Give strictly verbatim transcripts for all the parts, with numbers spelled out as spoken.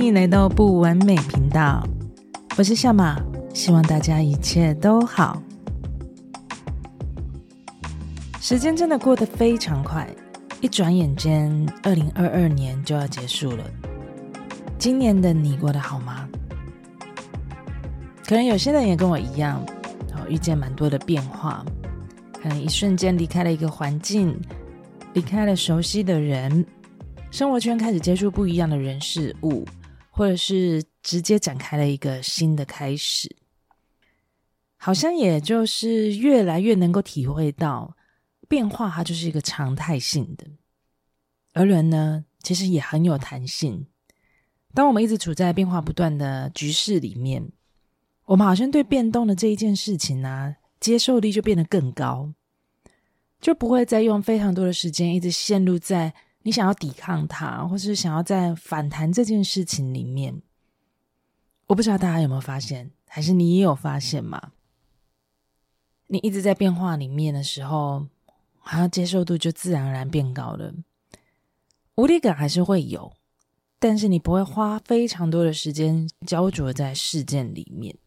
迎来到不完美频道，我是夏玛，希望大家一切都好。时间真的过得非常快，一转眼间二零二二年就要结束了。今年的你过得好吗？可能有些人也跟我一样，遇见蛮多的变化，可能一瞬间离开了一个环境，离开了熟悉的人，生活圈开始接触不一样的人事物，或者是直接展开了一个新的开始。好像也就是越来越能够体会到变化它就是一个常态性的，而人呢其实也很有弹性。当我们一直处在变化不断的局势里面，我们好像对变动的这一件事情啊，接受力就变得更高，就不会再用非常多的时间一直陷入在你想要抵抗它，或是想要在反弹这件事情里面。我不知道大家有没有发现，还是你也有发现吗？你一直在变化里面的时候，好像接受度就自然而然变高了。无力感还是会有，但是你不会花非常多的时间焦灼在事件里面。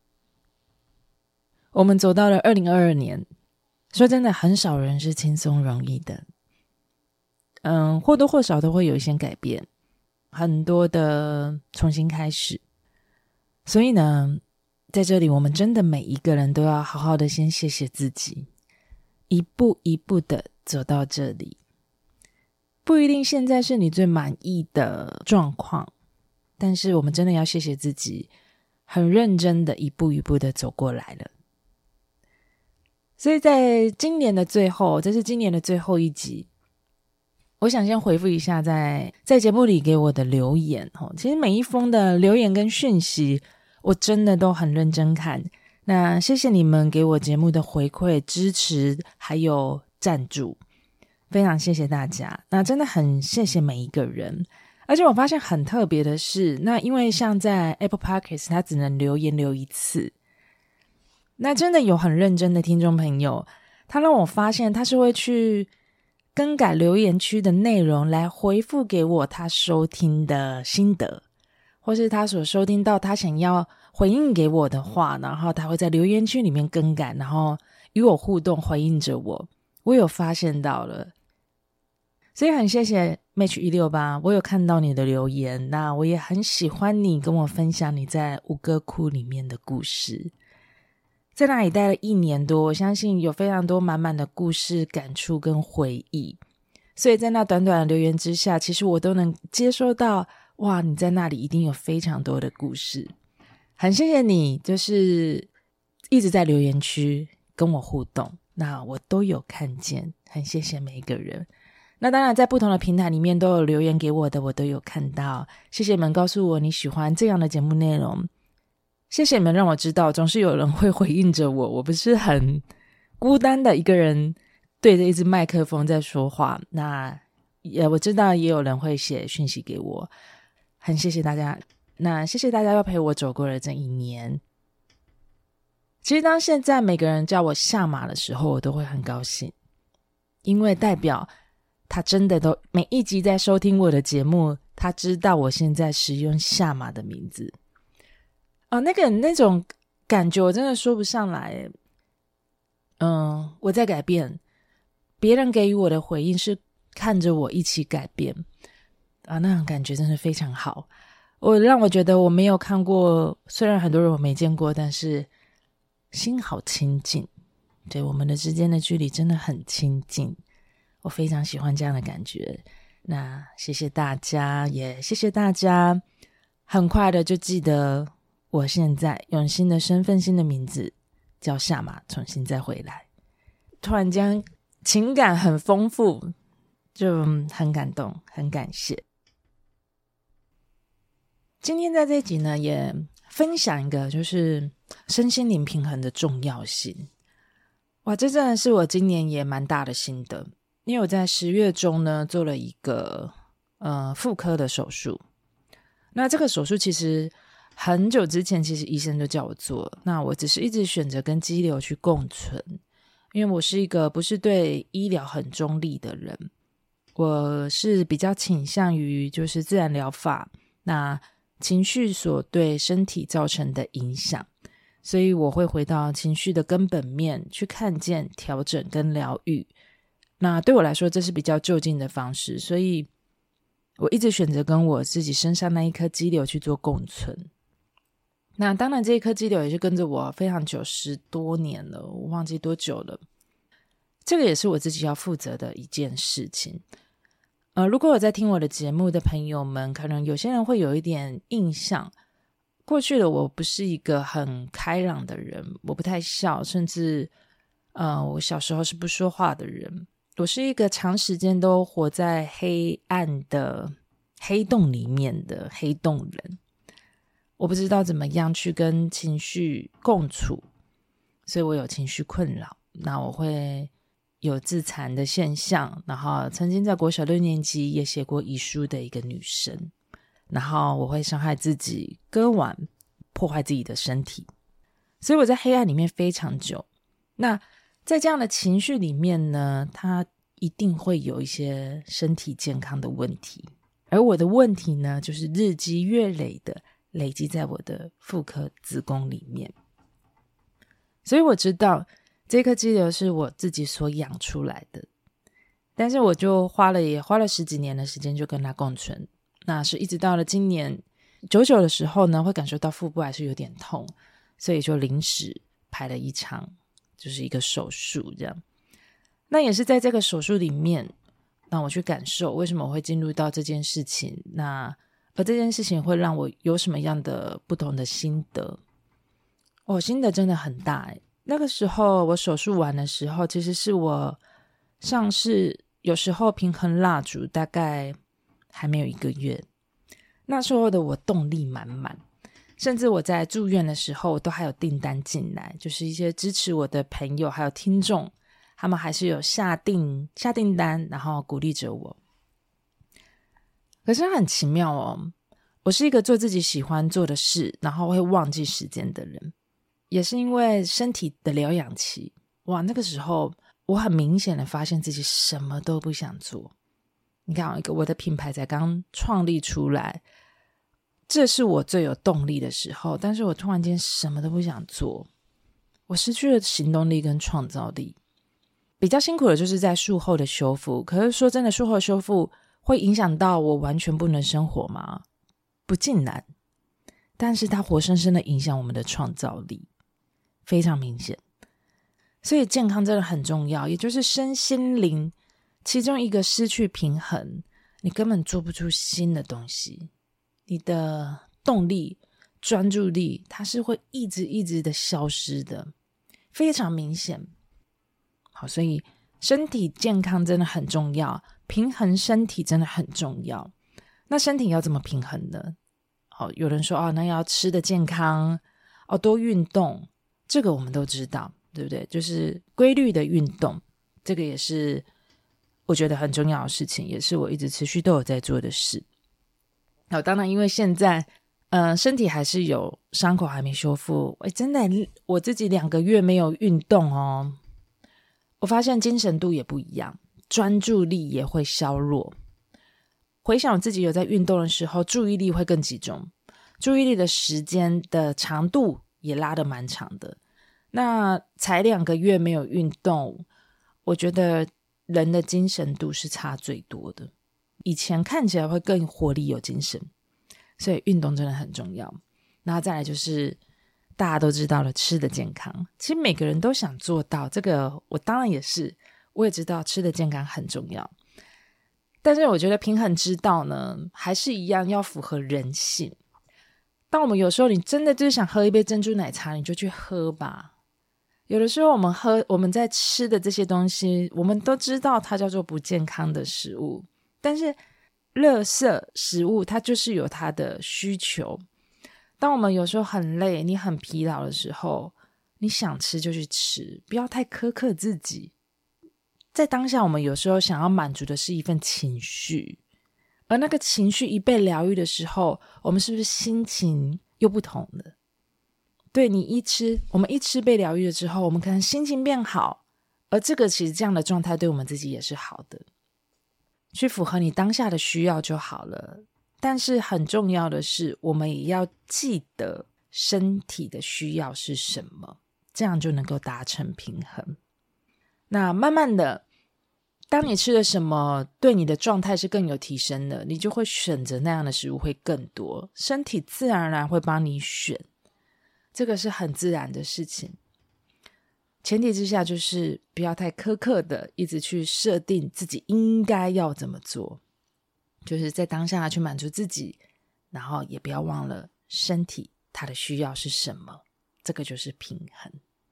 我们走到了二零二二年，说真的，很少人是轻松容易的。嗯，或多或少都会有一些改变，很多的重新开始。所以呢，在这里我们真的每一个人都要好好的先谢谢自己，一步一步的走到这里。不一定现在是你最满意的状况，但是我们真的要谢谢自己，很认真的一步一步的走过来了。所以在今年的最后，这是今年的最后一集，我想先回复一下在在节目里给我的留言。其实每一封的留言跟讯息我真的都很认真看，那谢谢你们给我节目的回馈、支持还有赞助，非常谢谢大家。那真的很谢谢每一个人。而且我发现很特别的是，那因为像在 Apple Podcast 它只能留言留一次，那真的有很认真的听众朋友，他让我发现他是会去更改留言区的内容来回复给我他收听的心得，或是他所收听到他想要回应给我的话，然后他会在留言区里面更改，然后与我互动回应着我。我有发现到了，所以很谢谢 Match 一六八，我有看到你的留言，那我也很喜欢你跟我分享你在吴哥窟里面的故事。在那里待了一年多，我相信有非常多满满的故事、感触跟回忆，所以在那短短的留言之下，其实我都能接收到，哇，你在那里一定有非常多的故事。很谢谢你，就是一直在留言区跟我互动，那我都有看见，很谢谢每一个人。那当然在不同的平台里面都有留言给我的，我都有看到，谢谢你们告诉我你喜欢这样的节目内容，谢谢你们让我知道总是有人会回应着我，我不是很孤单的一个人对着一支麦克风在说话。那也我知道也有人会写讯息给我，很谢谢大家。那谢谢大家又陪我走过了这一年。其实当现在每个人叫我夏玛的时候，我都会很高兴，因为代表他真的都每一集在收听我的节目，他知道我现在使用夏玛的名字。哦，那个那种感觉我真的说不上来。嗯，我在改变，别人给予我的回应是看着我一起改变啊，那种感觉真的非常好。我让我觉得我没有看过，虽然很多人我没见过，但是心好亲近。对，我们的之间的距离真的很亲近，我非常喜欢这样的感觉。那谢谢大家，也谢谢大家，很快的就记得我现在用新的身份、新的名字叫夏玛，重新再回来。突然间情感很丰富，就很感动，很感谢。今天在这一集呢，也分享一个就是身心灵平衡的重要性。哇，这真的是我今年也蛮大的心得，因为我在十月中呢做了一个呃妇科的手术。那这个手术其实很久之前其实医生就叫我做，那我只是一直选择跟肌瘤去共存，因为我是一个不是对医疗很中立的人，我是比较倾向于就是自然疗法，那情绪所对身体造成的影响，所以我会回到情绪的根本面去看见、调整跟疗愈。那对我来说这是比较就近的方式，所以我一直选择跟我自己身上那一颗激流去做共存。那当然这一颗激流也是跟着我非常久，十多年了，我忘记多久了。这个也是我自己要负责的一件事情。呃，如果有在听我的节目的朋友们，可能有些人会有一点印象，过去的我不是一个很开朗的人，我不太笑，甚至呃，我小时候是不说话的人，我是一个长时间都活在黑暗的黑洞里面的黑洞人。我不知道怎么样去跟情绪共处，所以我有情绪困扰。那我会有自残的现象，然后曾经在国小六年级也写过遗书的一个女生，然后我会伤害自己，割腕，破坏自己的身体，所以我在黑暗里面非常久。那在这样的情绪里面呢，它一定会有一些身体健康的问题，而我的问题呢，就是日积月累的累积在我的妇科子宫里面。所以我知道这颗肌瘤是我自己所养出来的，但是我就花了也花了十几年的时间就跟它共存。那是一直到了今年九九的时候呢，会感受到腹部还是有点痛，所以就临时排了一场就是一个手术这样。那也是在这个手术里面让我去感受为什么我会进入到这件事情，那而这件事情会让我有什么样的不同的心得。哦，心得真的很大耶。那个时候我手术完的时候，其实是我上市有时候平衡蜡烛大概还没有一个月，那时候的我动力满满，甚至我在住院的时候都还有订单进来，就是一些支持我的朋友还有听众，他们还是有下订下订单，然后鼓励着我。可是很奇妙哦，我是一个做自己喜欢做的事，然后会忘记时间的人。也是因为身体的疗养期，哇，那个时候我很明显的发现自己什么都不想做。你看，一个我的品牌才刚创立出来，这是我最有动力的时候，但是我突然间什么都不想做，我失去了行动力跟创造力。比较辛苦的就是在术后的修复，可是说真的，术后修复会影响到我完全不能生活吗？不尽然，但是它活生生的影响我们的创造力，非常明显。所以健康真的很重要，也就是身心灵其中一个失去平衡，你根本做不出新的东西，你的动力专注力它是会一直一直的消失的，非常明显。好，所以身体健康真的很重要，平衡身体真的很重要。那身体要怎么平衡呢？哦，有人说哦，那要吃的健康，哦，多运动，这个我们都知道，对不对？就是规律的运动，这个也是我觉得很重要的事情，也是我一直持续都有在做的事。好，当然因为现在呃身体还是有伤口还没修复，诶真的我自己两个月没有运动哦，我发现精神度也不一样，专注力也会削弱。回想我自己有在运动的时候，注意力会更集中，注意力的时间的长度也拉得蛮长的。那才两个月没有运动，我觉得人的精神度是差最多的，以前看起来会更活力有精神，所以运动真的很重要。然后再来就是大家都知道了，吃的健康，其实每个人都想做到，这个我当然也是，我也知道吃的健康很重要，但是我觉得平衡之道呢，还是一样要符合人性。当我们有时候你真的就是想喝一杯珍珠奶茶，你就去喝吧。有的时候我们喝我们在吃的这些东西，我们都知道它叫做不健康的食物，但是垃圾食物它就是有它的需求。当我们有时候很累，你很疲劳的时候，你想吃就去吃，不要太苛刻自己。在当下我们有时候想要满足的是一份情绪，而那个情绪一被疗愈的时候，我们是不是心情又不同了？对，你一吃，我们一吃被疗愈了之后，我们可能心情变好，而这个其实这样的状态对我们自己也是好的，去符合你当下的需要就好了。 但是很重要的是，我们也要记得身体的需要是什么，这样就能够达成平衡。那慢慢的，当你吃了什么对你的状态是更有提升的，你就会选择那样的食物会更多，身体自然而然会帮你选，这个是很自然的事情。前提之下就是不要太苛刻的一直去设定自己应该要怎么做，就是在当下去满足自己，然后也不要忘了身体它的需要是什么，这个就是平衡。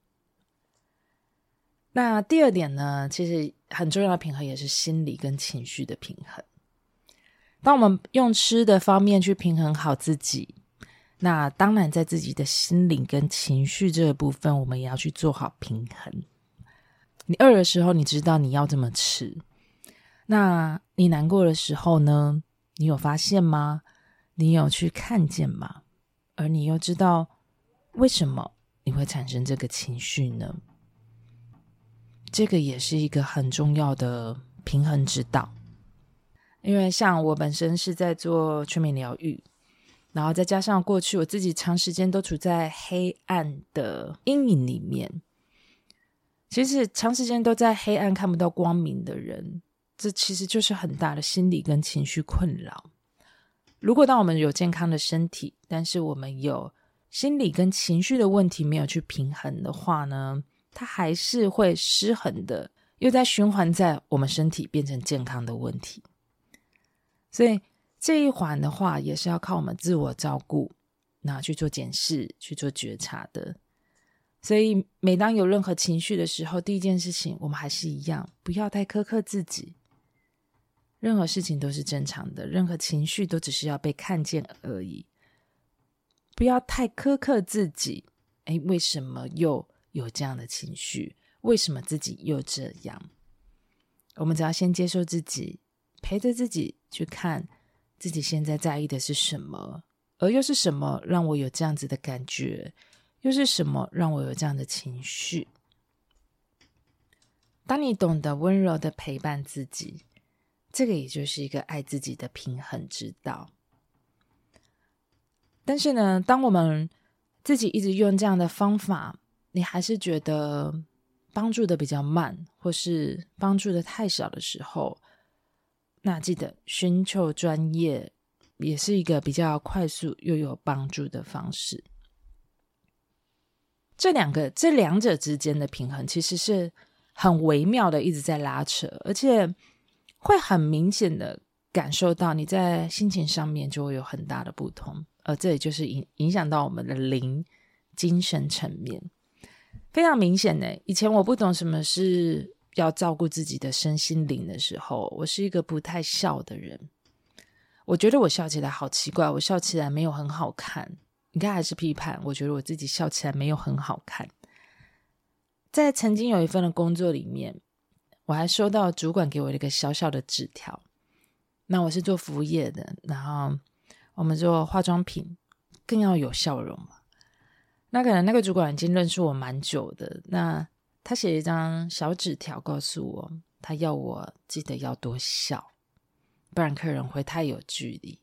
那第二点呢，其实很重要的平衡也是心理跟情绪的平衡。当我们用吃的方面去平衡好自己，那当然在自己的心理跟情绪这个部分，我们也要去做好平衡。你饿的时候你知道你要怎么吃，那你难过的时候呢，你有发现吗？你有去看见吗？而你又知道为什么你会产生这个情绪呢？这个也是一个很重要的平衡之道。因为像我本身是在做全民疗愈，然后再加上过去我自己长时间都处在黑暗的阴影里面，其实长时间都在黑暗看不到光明的人，这其实就是很大的心理跟情绪困扰。如果当我们有健康的身体，但是我们有心理跟情绪的问题没有去平衡的话呢，它还是会失衡的，又在循环在我们身体变成健康的问题。所以这一环的话也是要靠我们自我照顾，那去做检视去做觉察的。所以每当有任何情绪的时候，第一件事情我们还是一样，不要太苛刻自己，任何事情都是正常的，任何情绪都只是要被看见而已，不要太苛刻自己。诶，为什么又有这样的情绪？为什么自己又这样？我们只要先接受自己，陪着自己去看自己现在在意的是什么，而又是什么让我有这样子的感觉，又是什么让我有这样的情绪。当你懂得温柔的陪伴自己，这个也就是一个爱自己的平衡之道。但是呢，当我们自己一直用这样的方法，你还是觉得帮助的比较慢，或是帮助的太少的时候，那记得寻求专业也是一个比较快速又有帮助的方式。这两个这两者之间的平衡其实是很微妙的一直在拉扯，而且会很明显的感受到你在心情上面就会有很大的不同，而这也就是影影响到我们的灵精神层面，非常明显的。以前我不懂什么是要照顾自己的身心灵的时候，我是一个不太笑的人，我觉得我笑起来好奇怪，我笑起来没有很好看，你看还是批判，我觉得我自己笑起来没有很好看。在曾经有一份的工作里面，我还收到主管给我一个小小的纸条，那我是做服务业的，然后我们做化妆品更要有笑容嘛，那可能那个主管已经认识我蛮久的，那他写了一张小纸条告诉我，他要我记得要多笑，不然客人会太有距离。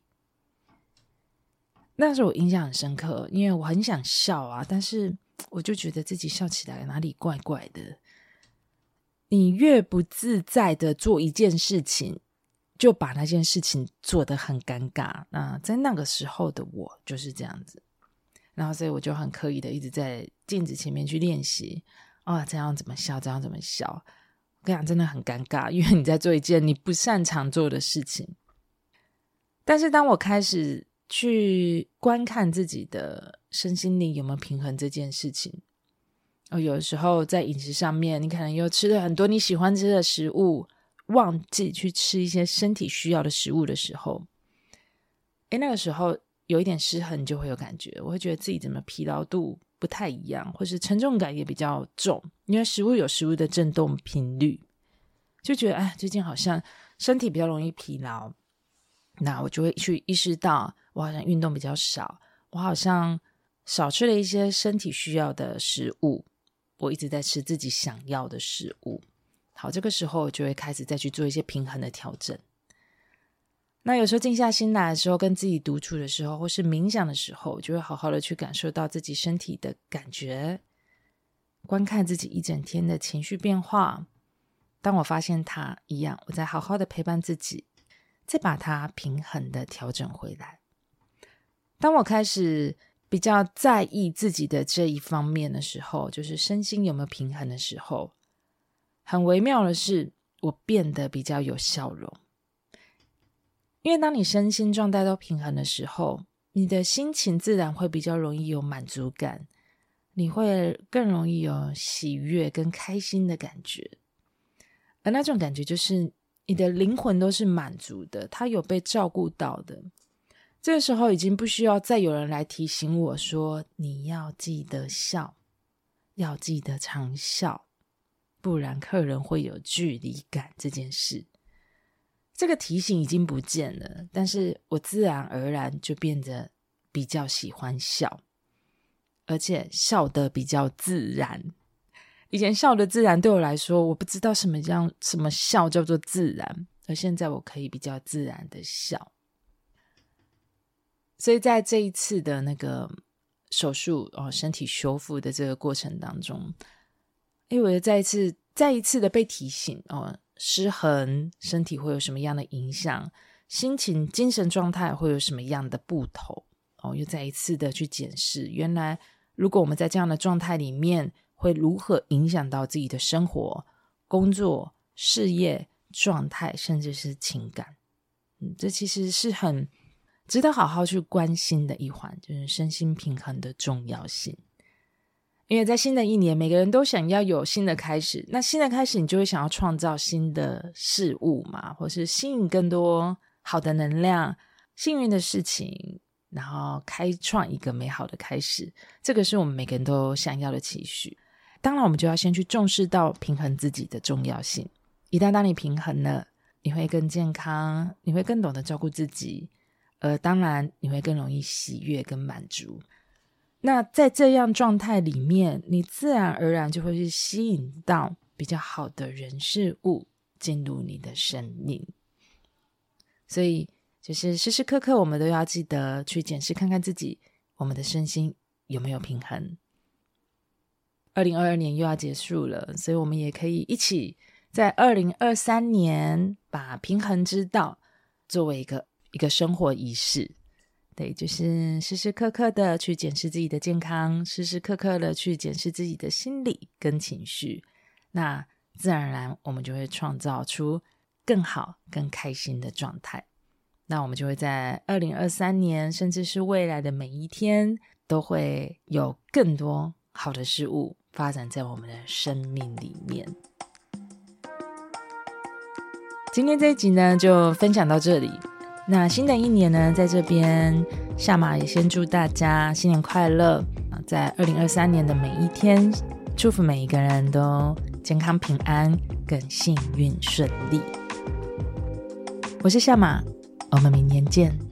那时候我印象很深刻，因为我很想笑啊，但是我就觉得自己笑起来哪里怪怪的。你越不自在的做一件事情，就把那件事情做得很尴尬。那在那个时候的我就是这样子，然后所以我就很刻意的一直在镜子前面去练习啊，这样怎么笑，这样怎么笑。我跟你讲，真的很尴尬，因为你在做一件你不擅长做的事情。但是当我开始去观看自己的身心灵有没有平衡这件事情，哦，有的时候在饮食上面，你可能又吃了很多你喜欢吃的食物，忘记去吃一些身体需要的食物的时候，诶，那个时候有一点失衡就会有感觉，我会觉得自己怎么疲劳度不太一样，或是沉重感也比较重，因为食物有食物的振动频率，就觉得哎，最近好像身体比较容易疲劳，那我就会去意识到我好像运动比较少，我好像少吃了一些身体需要的食物，我一直在吃自己想要的食物。好，这个时候我就会开始再去做一些平衡的调整。 那有时候静下心来的时候，跟自己独处的时候，或是冥想的时候，就会好好的去感受到自己身体的感觉，观看自己一整天的情绪变化。当我发现它一样，我再好好的陪伴自己，再把它平衡的调整回来。当我开始比较在意自己的这一方面的时候，就是身心有没有平衡的时候，很微妙的是我变得比较有笑容。因为当你身心状态都平衡的时候，你的心情自然会比较容易有满足感，你会更容易有喜悦跟开心的感觉。而那种感觉就是你的灵魂都是满足的，它有被照顾到的。这个时候已经不需要再有人来提醒我说，你要记得笑，要记得常笑，不然客人会有距离感这件事。这个提醒已经不见了，但是我自然而然就变得比较喜欢笑，而且笑得比较自然。以前笑得自然对我来说，我不知道什么样什么笑叫做自然，而现在我可以比较自然的笑。所以在这一次的那个手术、哦、身体修复的这个过程当中，因为我再一次再一次的被提醒哦，失衡身体会有什么样的影响，心情精神状态会有什么样的不同哦，又再一次的去检视，原来如果我们在这样的状态里面，会如何影响到自己的生活、工作、事业、状态，甚至是情感。嗯，这其实是很值得好好去关心的一环，就是身心平衡的重要性。因为在新的一年，每个人都想要有新的开始，那新的开始你就会想要创造新的事物嘛，或是吸引更多好的能量、幸运的事情，然后开创一个美好的开始。这个是我们每个人都想要的期许。当然我们就要先去重视到平衡自己的重要性。一旦当你平衡了，你会更健康，你会更懂得照顾自己，而当然你会更容易喜悦跟满足。那在这样状态里面，你自然而然就会去吸引到比较好的人事物进入你的生命。所以就是时时刻刻我们都要记得去检视看看自己，我们的身心有没有平衡。二零二二年又要结束了，所以我们也可以一起在二零二三年把平衡之道作为一个一个生活仪式。对，就是时时刻刻的去检视自己的健康，时时刻刻的去检视自己的心理跟情绪，那自然而然我们就会创造出更好更开心的状态。那我们就会在二零二三年甚至是未来的每一天都会有更多好的事物发展在我们的生命里面。今天这一集呢就分享到这里。那新的一年呢，在这边夏玛也先祝大家新年快乐，在二零二三年的每一天，祝福每一个人都健康平安更幸运顺利。我是夏玛，我们明年见。